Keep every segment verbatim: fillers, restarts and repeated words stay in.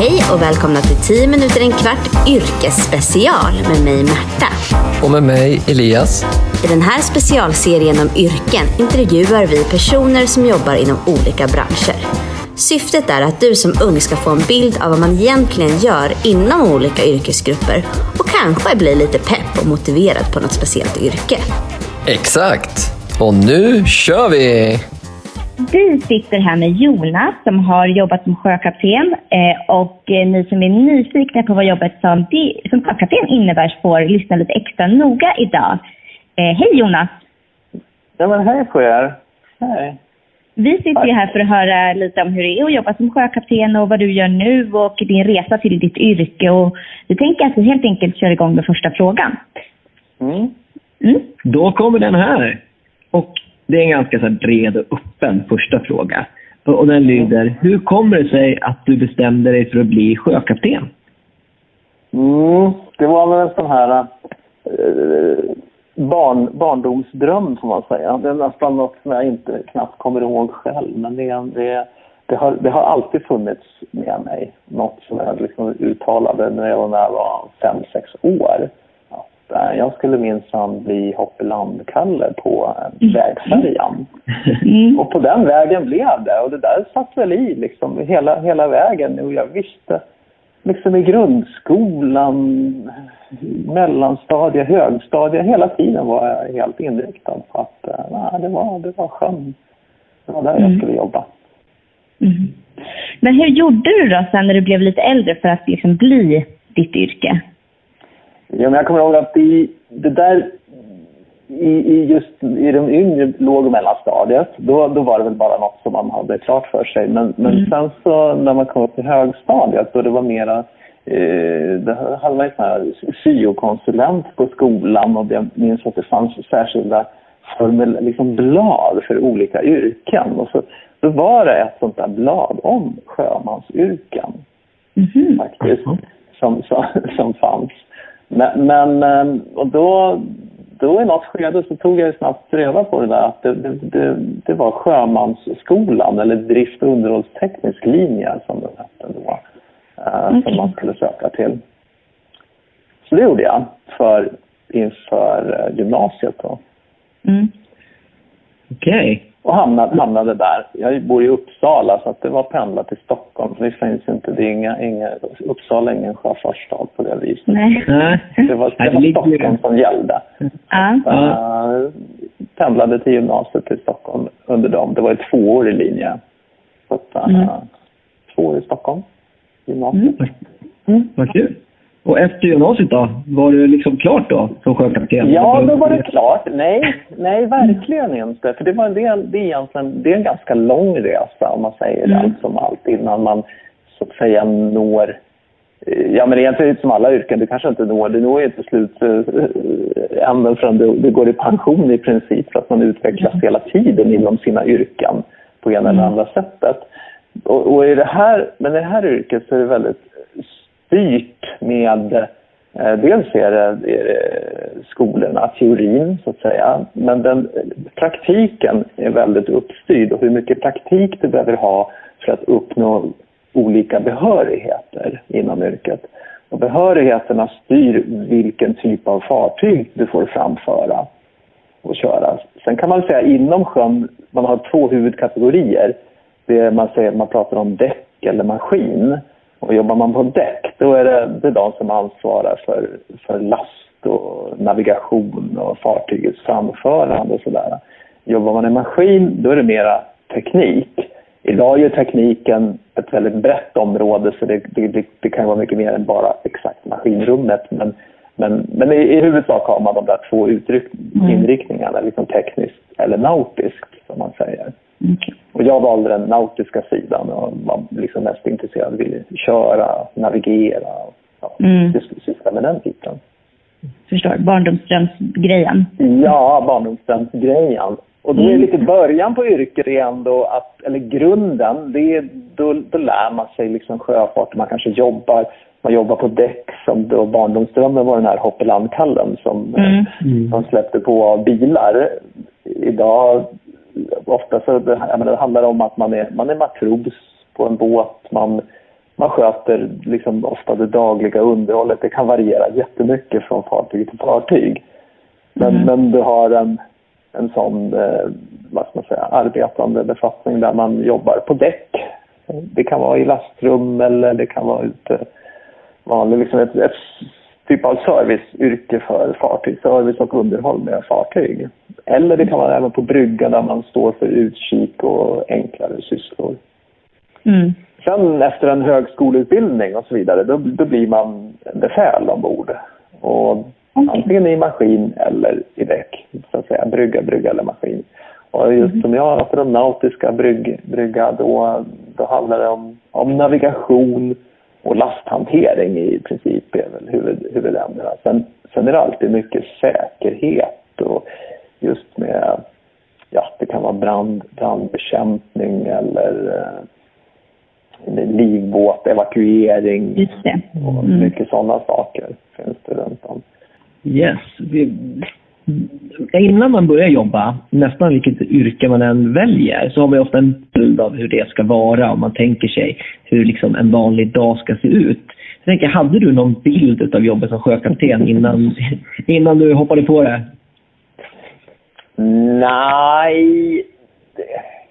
Hej och välkomna till tio minuter en kvart yrkesspecial med mig Märta. Och med mig Elias. I den här specialserien om yrken intervjuar vi personer som jobbar inom olika branscher. Syftet är att du som ung ska få en bild av vad man egentligen gör inom olika yrkesgrupper och kanske bli lite pepp och motiverad på något speciellt yrke. Exakt! Och nu kör vi! Vi sitter här med Jonas som har jobbat som sjökapten eh, och eh, ni som är nyfikna på vad jobbet som, som sjökapten innebär får lyssna lite extra noga idag. Eh, hej Jonas! Ja men hej på er! Hej! Vi sitter ju här för att höra lite om hur det är att jobba som sjökapten och vad du gör nu och din resa till ditt yrke. Och vi tänker att vi helt enkelt kör igång med första frågan. Mm. Mm. Då kommer den här. Och det är en ganska så här bred och öppen första fråga. Och den lyder, hur kommer det sig att du bestämde dig för att bli sjökapten? Mm, det var väl en sån här eh, barn, barndomsdröm får man säga. Det är nästan något som jag inte knappt kommer ihåg själv. Men det, det, det, har, det har alltid funnits med mig. Något som jag liksom uttalade när jag var, när jag var fem, sex år. Jag skulle minsann bli hoppelandkalle på vägfärjan. Mm. Och på den vägen blev det. Och det där satt väl i liksom hela, hela vägen. Och jag visste liksom i grundskolan, mellanstadie, högstadie. Hela tiden var jag helt inriktad på att nej, det var, det var sjön. Det var där mm. jag skulle jobba. Mm. Men hur gjorde du då sen när du blev lite äldre för att liksom bli ditt yrke? Ja, men jag kommer ihåg att i, det där i, i just i de yngre låg- och mellanstadiet då, då var det väl bara något som man hade klart för sig. Men, men mm. sen så när man kom upp till högstadiet då det var mera eh, det hade man en sån här syokonsulent på skolan och jag minns att det fanns särskilda formel, liksom blad för olika yrken. Och så då var det ett sånt där blad om sjömansyrken mm. faktiskt som, som, som fanns. Men, men och då, då i något skede så tog jag snabbt reda på det där att det, det, det, det var sjömansskolan eller drift- och underhållsteknisk linje som det hette då. Eh, okay. Som man skulle söka till. Så det gjorde jag för, inför gymnasiet då. Mm. Okej. Okay. Och hamnade, hamnade där. Jag bor i Uppsala så att det var pendla till Stockholm. Det finns inte, det är inga, inga, Uppsala är ingen sjöfartsstad på det viset. Nej. Det var, det var Stockholm som gällde. Ja. Uh, pendlade till gymnasiet till Stockholm under dem. Det var ett tvåårig linje. Så att, uh, mm. två år i Stockholm. Gymnasiet. Mm. Mm. Vad kul. Och efter gymnasiet då? Var det liksom klart då som sjökapten? Ja, då var det klart. Nej, nej verkligen inte. För det, var, det, det, är egentligen, det är en ganska lång resa om man säger mm. allt som allt innan man så att säga når. Ja, men egentligen som alla yrken, du kanske inte når. Du når inte slut äh, ända förrän du, du går i pension i princip för att man utvecklas mm. hela tiden inom sina yrken på ena eller andra sättet. Och, och i det här, men i det här yrket så är det väldigt styrt med, eh, dels är det, är det skolorna, teorin så att säga, men den, praktiken är väldigt uppstyrd och hur mycket praktik du behöver ha för att uppnå olika behörigheter inom yrket. Och behörigheterna styr vilken typ av fartyg du får framföra och köra. Sen kan man säga inom sjön, man har två huvudkategorier. Det är, man, säger, man pratar om däck eller maskin. Och jobbar man på däck, då är det, det är de som ansvarar för, för last och navigation och fartygets framförande och sådär. Jobbar man i maskin, då är det mera teknik. Idag är tekniken ett väldigt brett område så det, det, det kan vara mycket mer än bara exakt maskinrummet. Men, men, men i, i huvudsak har man de där två uttryck, inriktningarna, liksom tekniskt eller nautiskt som man säger. Okay. Och jag valde den nautiska sidan och var liksom mest intresserad av att köra, navigera och ja, mm. syssla med den biten. Förstår, barndomsdrömsgrejen. Ja, barndomsdrömsgrejen. Och då är det lite början på yrket igen då, att, eller grunden, det är, då, då lär man sig liksom sjöfart. Man kanske jobbar, man jobbar på däck som då barndomsdrömmen var den här hoppelandkallen som, mm. Mm. som släppte på av bilar. Idag ofta så det, menar, det handlar om att man är, man är matros på en båt, man man sköter liksom ofta det dagliga underhållet. Det kan variera jättemycket från fartyg till fartyg. Men, mm. men du har en, en sån eh, vad ska man säga, arbetande befattning där man jobbar på däck. Det kan vara i lastrum eller det kan vara ute vanligt, liksom ett, ett typ av serviceyrke för fartyg. Service och underhåll med fartyg. Eller det kan vara även på brygga där man står för utkik och enklare sysslor. Mm. Sen efter en högskoleutbildning och så vidare, då, då blir man befäl ombord. Och okay. antingen i maskin eller i däck, så att säga, brygga, brygga eller maskin. Och just mm. som jag, för de nautiska brygg, brygga, då, då handlar det om, om navigation och lasthantering i princip är väl huvud, huvudämnena. Sen, sen är det alltid mycket säkerhet och just med, ja, det kan vara brand, brandbekämpning eller eh, livbåt, evakuering. Just det. Mm. Och mycket sådana saker finns det runt om. Yes. Vi, innan man börjar jobba, nästan vilket yrke man än väljer, så har man ofta en bild av hur det ska vara och man tänker sig hur liksom en vanlig dag ska se ut. Jag tänker, hade du någon bild av jobbet som sjökapten innan, innan du hoppade på det? Nej, det,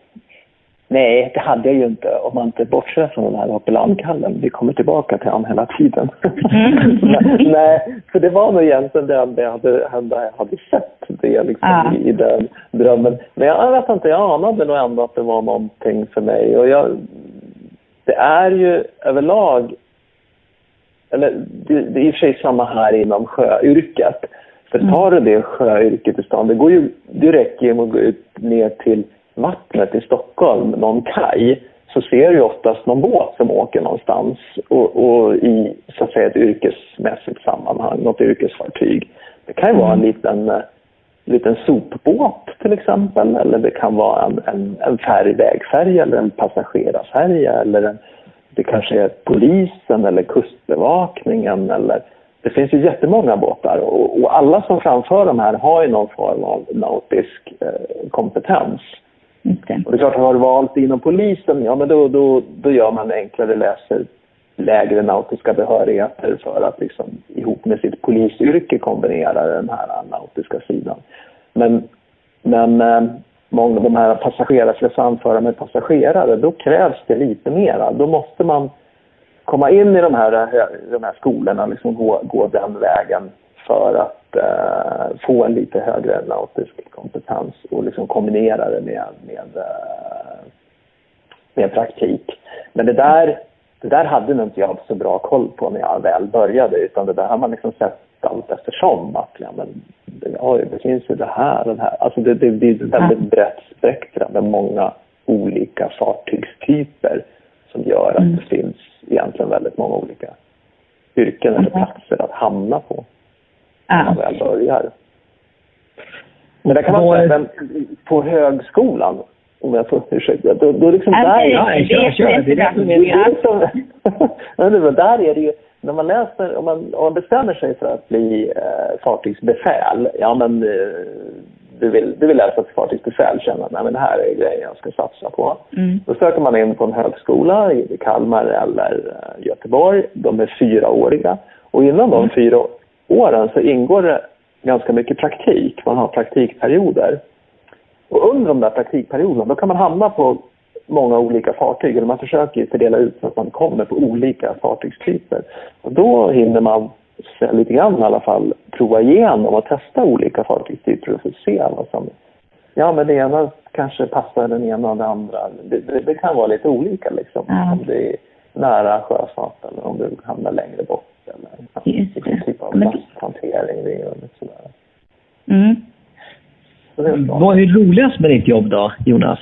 nej, det hade jag ju inte. Om man inte bortser från den här hoppelandkallen. Vi kommer tillbaka till han hela tiden. Mm. nej, nej, för det var nog egentligen det jag hade, hade, hade sett det liksom ah. i, i den drömmen. Men jag, jag vet inte, jag anade nog ändå att det var någonting för mig. Och jag, det är ju överlag, eller det, det är i och för sig samma här inom sjöyrket. För tar du det sjöyrket i stan, det går ju direkt genom att gå ut ner till vattnet i Stockholm, någon kaj, så ser du oftast någon båt som åker någonstans och, och i så att säga ett yrkesmässigt sammanhang, något yrkesfartyg. Det kan ju vara en liten, liten sopbåt till exempel, eller det kan vara en, en, en färgvägfärja eller en passagerarfärja, eller en, det kanske är polisen eller kustbevakningen, eller det finns ju jättemånga båtar och, och alla som framför de här har ju någon form av nautisk eh, kompetens. Okay. Och det är klart, har du valt inom polisen, ja men då, då, då gör man enklare läser lägre nautiska behörigheter för att liksom ihop med sitt polisyrke kombinera den här nautiska sidan. Men, men eh, många av de här passagerare ska framföra med passagerare, då krävs det lite mera. Då måste man komma in i de här, de här skolorna, liksom gå, gå den vägen för att uh, få en lite högre nautisk kompetens och liksom kombinera det med, med, uh, med praktik. Men det där, det där hade nog inte jag så bra koll på när jag väl började, utan det där har man liksom sett allt eftersom att ja, men, oj, det finns ju det här och det här. Alltså det, det, det är ett väldigt brett spektra med många olika fartygstyper som gör att mm. det finns egentligen väldigt många olika yrken eller platser att hamna på när man väl börjar. Men det kan man säga, men på högskolan, om jag får ursäkta, då, då liksom okay, där... Ja, jag kör, kör, det är det som är det. Där är det ju, när man läser, om man, om man bestämmer sig för att bli eh, fartygsbefäl, ja men eh, du vill, du vill läsa till fartygsbefäl, känna att men det här är grejer jag ska satsa på. Mm. Då söker man in på en högskola i Kalmar eller Göteborg. De är fyraåriga. Och innan de fyra åren så ingår det ganska mycket praktik. Man har praktikperioder. Och under de där praktikperioderna då kan man hamna på många olika fartyg. Eller man försöker ju fördela ut så att man kommer på olika fartygstyper. Och då hinner man lite grann i alla fall prova igenom och testa olika fartygstyper och få se vad som, ja men det ena kanske passar den ena och den andra. Det, det, det kan vara lite olika liksom. Ja. Om det är nära sjöfart eller om du hamnar längre bort eller vilken typ av lasthantering det är och sådär. Mm. Så det är vad är roligast med ditt jobb då, Jonas?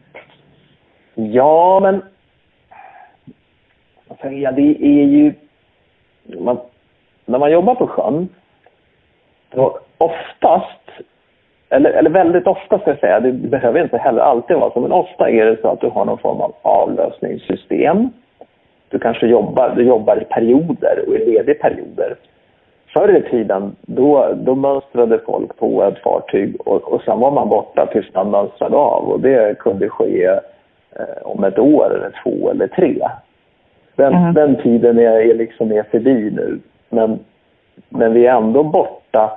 Ja men alltså, ja, det är ju man när man jobbar på sjön, då oftast, eller, eller väldigt ofta ska jag säga, det behöver inte heller alltid vara så, men ofta är det så att du har någon form av avlösningssystem. Du kanske jobbar, du jobbar i perioder och i lediga perioder. Förr i tiden, då, då mönstrade folk på ett fartyg och, och sen var man borta tills man mönstrade av. Och det kunde ske eh, om ett år eller två eller tre. Den, Mm. den tiden är, är liksom är förbi nu. Men, men vi är ändå borta,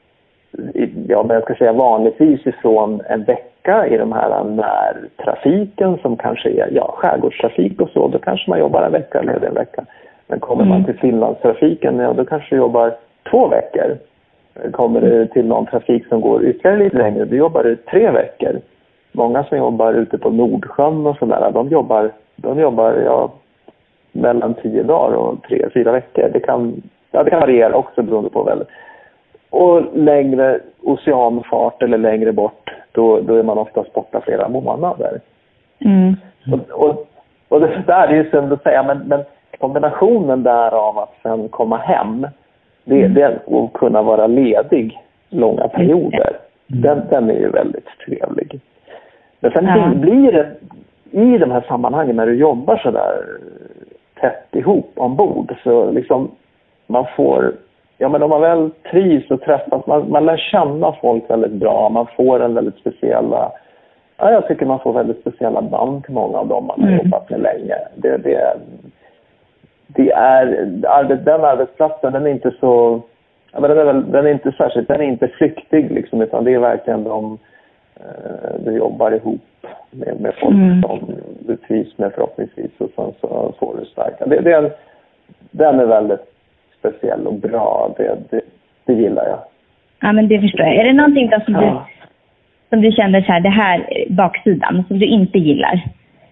ja, men jag ska säga vanligtvis ifrån en vecka i de här närtrafiken som kanske är ja, skärgårdstrafik och så. Då kanske man jobbar en vecka eller en vecka. Men kommer Mm. man till Finlandstrafiken, ja, då kanske jobbar två veckor. Kommer du till någon trafik som går ytterligare lite längre, då jobbar du tre veckor. Många som jobbar ute på Nordsjön och sådär, de jobbar, de jobbar ja, mellan tio dagar och tre, fyra veckor. Det kan, ja, det kan variera också beroende på väl. Och längre oceanfart eller längre bort, då, då är man oftast borta flera månader. Mm. Och, och, och det där är ju synd att säga, men, men kombinationen där av att sen komma hem, det, Mm. det är att kunna vara ledig långa perioder. Mm. Den, den är ju väldigt trevlig. Men sen Ja. blir det i de här sammanhangen när du jobbar så där tätt ihop ombord, så liksom man får, ja men om man väl trivs och träffas, man, man lär känna folk väldigt bra, man får en väldigt speciella, ja jag tycker man får väldigt speciella band till många av dem man har Mm. jobbat med länge. Det, det, det är, arbet, den arbetsplatsen, den är inte så, ja, men den, är väl, den är inte särskilt, den är inte flyktig liksom, utan det är verkligen de eh, du jobbar ihop med, med folk Mm. som du trivs med förhoppningsvis, och sen så får du starka. Det, det är, den är väldigt speciell och bra, det, det, det gillar jag. Ja, men det förstår jag. Är det någonting då som, Ja. du, som du känner så här, det här är baksidan, som du inte gillar?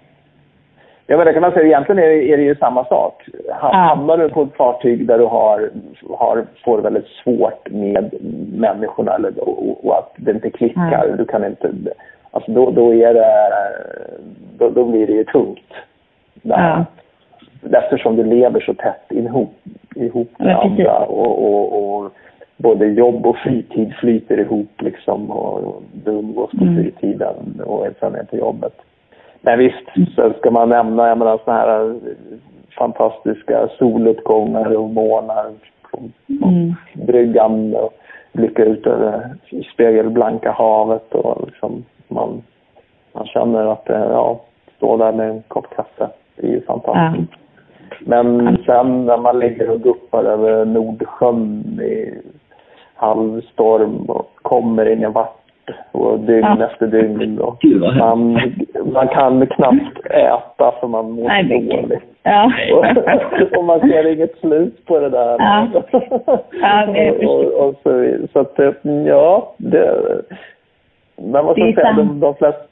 Ja, men det kan man säga, egentligen är det, är det ju samma sak. Ha- Ja. Hamnar du på ett fartyg där du har, har, får väldigt svårt med människorna eller, och, och att det inte klickar, Ja. du kan inte, alltså då, då är det, då, då blir det ju tungt. Där. Ja. Eftersom du lever så tätt ihop, ihop med Ja, precis. andra och, och, och både jobb och fritid flyter ihop liksom, och du umgås på Mm. fritiden och sen är på jobbet. Men visst, så ska man nämna, jag menar, såna här fantastiska soluppgångar och månar på Mm. bryggan och blicka ut över spegelblanka havet och liksom man, man känner att ja, stå där med en kopp kaffe, det är ju fantastiskt. Ja. Men sen när man ligger och guppar över Nordsjön i halvstorm och kommer ingen vart och dygn Ja. efter dygn och Gud, vad man, man kan knappt äta för man mår Nej, så men- dåligt. Ja. och, och man ser inget slut på det där. Ja. Ja, det är och, och, och så, så att ja, det, men vad ska Det är jag säga, sant. de, de flesta,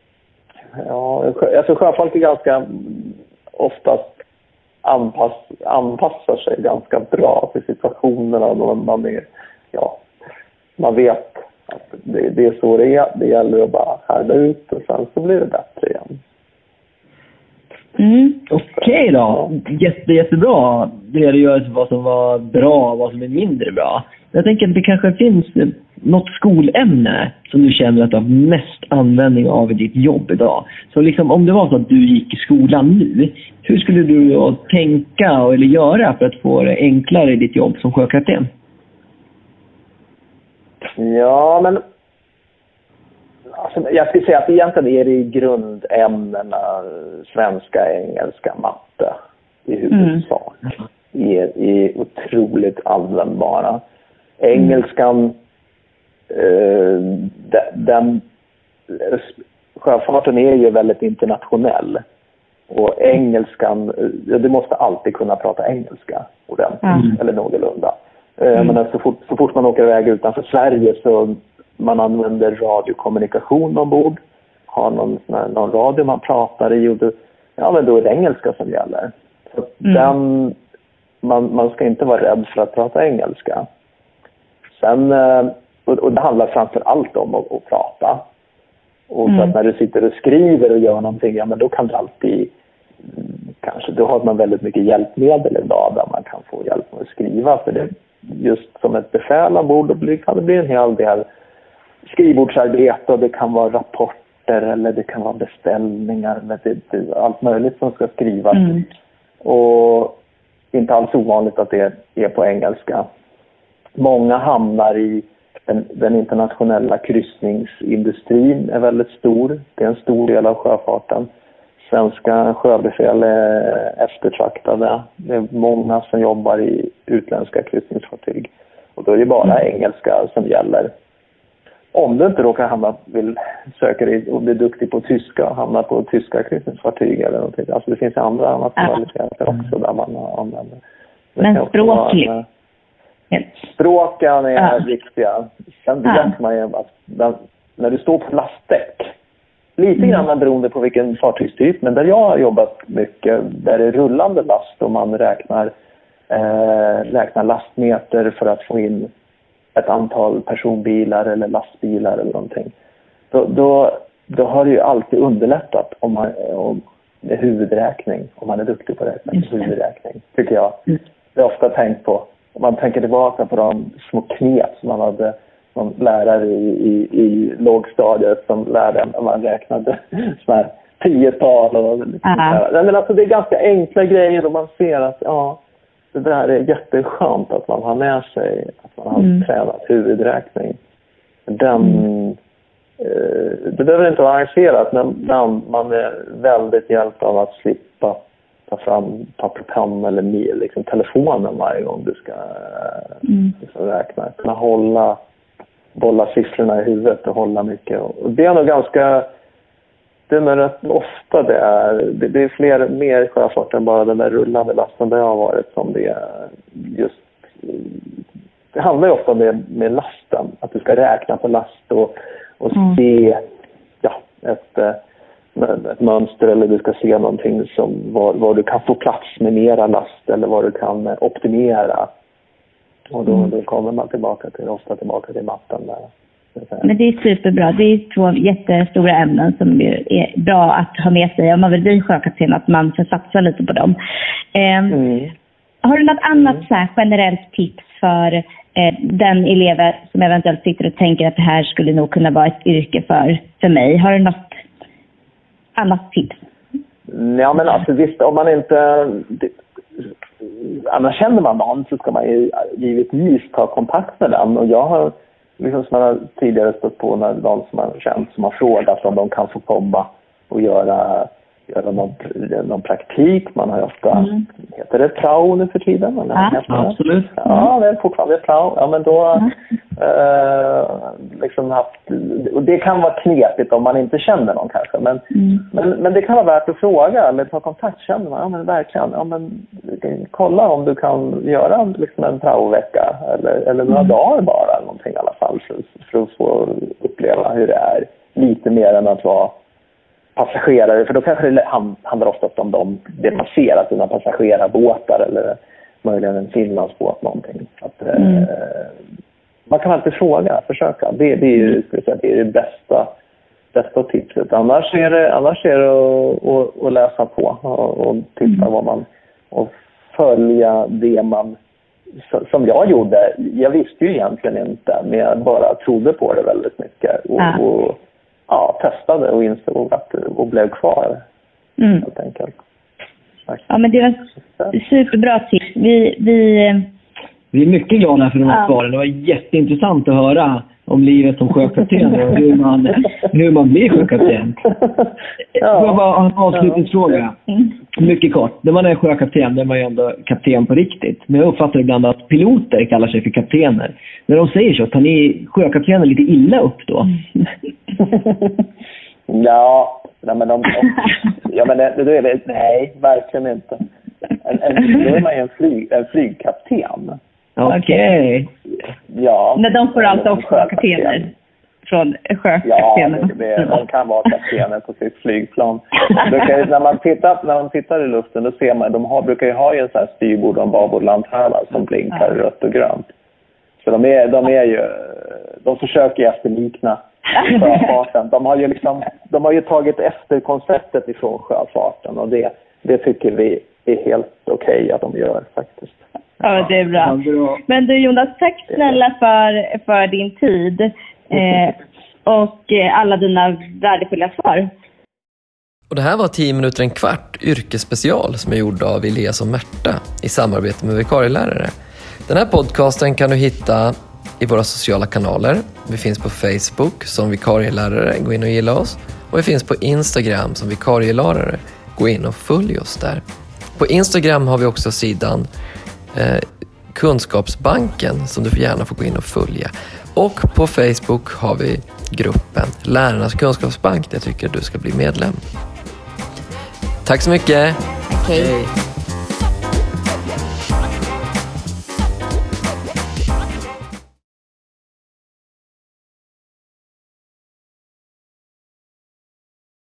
ja, alltså sjöfolk är ganska oftast anpass, anpassar sig ganska bra till situationerna. Man, man, är, ja, man vet att det, det är så det är. Det gäller att bara härda ut och sen så blir det bättre igen. Mm. Okej då. Jätte, jättebra. Det redogörs vad som var bra och vad som är mindre bra. Jag tänker att det kanske finns något skolämne som du känner att du har mest användning av i ditt jobb idag. Så liksom, om det var så att du gick i skolan nu, hur skulle du då tänka eller göra för att få det enklare i ditt jobb som sjökapten? Ja, men alltså, jag skulle säga att egentligen är det i grundämnena svenska, engelska, matte i huvudsak. Mm. Är, är otroligt användbara. Engelskan, eh, den, sjöfarten är ju väldigt internationell. Och engelskan, du måste alltid kunna prata engelska ordentligt, mm. eller någorlunda. Mm. Men så fort, så fort man åker iväg utanför Sverige så man använder radiokommunikation ombord. Har någon, någon radio man pratar i och då, ja, men då är det engelska som gäller. Så mm. den, man, man ska inte vara rädd för att prata engelska. Sen, och, och det handlar framför allt om att, att prata. Och mm. så att när du sitter och skriver och gör någonting, ja men då kan du alltid, kanske, då har man väldigt mycket hjälpmedel idag där man kan få hjälp med att skriva. För det just som ett befäl ombord, då kan det bli en hel del skrivbordsarbete och det kan vara rapporter eller det kan vara beställningar eller det, det, allt möjligt som ska skrivas. Mm. Och inte alls ovanligt att det är på engelska. Många hamnar i den, den internationella kryssningsindustrin är väldigt stor. Det är en stor del av sjöfarten. svenska sjöbefäl är eftertraktade. Det är många som jobbar i utländska kryssningsfartyg. Och då är det bara engelska som gäller. Om du inte råkar hamna, vill söka dig och bli duktig på tyska och hamna på tyska kryssningsfartyg eller någonting. Alltså det finns andra nationaliteter också där man använder. Men språkligt? Språken är ja. viktiga. Sen vet ja. man ju att den, när du står på lastdäck, lite mm. grann beroende på vilken fartygstyp, men där jag har jobbat mycket, där det är rullande last och man räknar, eh, räknar lastmeter för att få in ett antal personbilar eller lastbilar eller någonting. Då, då, då har det ju alltid underlättat om man, om det är huvudräkning, om man är duktig på räkning, huvudräkning, tycker jag. Det är ofta tänkt på. Om man tänker tillbaka på de små knep som man hade som lärare i, i, i lågstadiet som lärde när man räknade sådana här tiotal. Och uh-huh. Men alltså det är ganska enkla grejer och man ser att ja, det där är jätteskönt att man har med sig, att man har mm. tränat huvudräkning. Den, mm. eh, det behöver inte vara arrangerat, men man är väldigt hjälpt av att slippa ta fram papper, penna eller mil, liksom telefonen varje gång du ska mm. liksom räkna. Kunna hålla, bolla siffrorna i huvudet och hålla mycket. Och det är nog ganska, det är nog rätt ofta det är, det, det är fler, mer sjöfart än bara den där rullande lasten där jag har varit som det är just, det handlar ju ofta om det med lasten, att du ska räkna på last och, och mm. se ja, ett ett mönster eller du ska se någonting som var, var du kan få plats med mera last eller vad du kan optimera. Och då, då kommer man tillbaka till, ofta tillbaka till matten där. Men det är superbra. Det är två jättestora ämnen som är bra att ha med sig om man vill bli sjökapten, att man får satsa lite på dem. Eh, mm. Har du något annat mm. så här, generellt tips för eh, den eleven som eventuellt sitter och tänker att det här skulle nog kunna vara ett yrke för, för mig? Har du något annat tips? Ja, men alltså visst, om man inte det, annars känner man någon så ska man ju givetvis ta kontakt med den. Och jag har liksom som jag tidigare stått på när någon som har känt som har frågat om de kan få komma och göra, göra någon, någon praktik. Man har ju ofta, mm. heter det prao nu för tiden? Eller ja, absolut. Ja, det är fortfarande prao. Ja, men då mm. eh, liksom haft, och det kan vara knepigt om man inte känner någon kanske. Men, mm. men, men det kan vara värt att fråga eller ta kontakt. Känner man, ja men verkligen, ja men kolla om du kan göra liksom en prao-vecka eller, eller några mm. dagar bara eller någonting i alla fall för, för att få uppleva hur det är lite mer än att vara passagerare, för då kanske det handlar ofta om de, det passerar sina passagerarbåtar eller möjligen en Finlandsbåt någonting. Att, mm. eh, man kan alltid fråga, försöka. Det, det är ju ska jag säga, det, är det bästa, bästa tipset. Annars är det, annars är det att, att, att läsa på och, och titta mm. vad man och följa det man som jag gjorde. Jag visste ju egentligen inte, men jag bara trodde på det väldigt mycket och, ja. och ja, testade och insåg att och blev kvar mm. helt enkelt. Ja, men det var superbra tips. Vi, vi... vi är mycket glada för de här ja. svaren. Det var jätteintressant att höra om livet som sjökapten och hur man, hur man blir sjökapten. Ja. Får jag bara ha en avslutningsfråga? Mm. Mycket kort. När man är sjökapten, då är man ju ändå kapten på riktigt. Men jag uppfattar ibland att piloter kallar sig för kaptener. När de säger så, tar ni sjökaptenen lite illa upp då? Ja, nej, men de, ja, men det, det är det, nej, verkligen inte. En, en, då är man ju en, flyg, en flygkapten. Okej. Okay. Ja. Men de får alltså också kaptener från sjökaptener. Ja, det, de kan vara kaptener på sitt flygplan. Brukar, när, man tittar, när man tittar i luften, då ser man, de har, brukar ju ha en sån här styrbord och en babordlanthörna som blinkar ja. rött och grönt. Så de är, de är ju, de försöker efterlikna sjöfarten. De har ju liksom, de har ju tagit efter konceptet ifrån sjöfarten och det, det tycker vi är helt okej okay att de gör faktiskt. Ja, det är bra. Men du Jonas, tack snälla för, för din tid eh, och alla dina värdefulla svar. Och det här var tio minuter en kvart yrkesspecial som är gjord av Elias och Märta i samarbete med vikarielärare. Den här podcasten kan du hitta i våra sociala kanaler. Vi finns på Facebook som vikarielärare, gå in och gilla oss. Och vi finns på Instagram som vikarielärare, gå in och följ oss där. På Instagram har vi också sidan eh, Kunskapsbanken som du gärna får gå in och följa. Och på Facebook har vi gruppen Lärarnas kunskapsbank där jag tycker du ska bli medlem. Tack så mycket! Okej. Okay.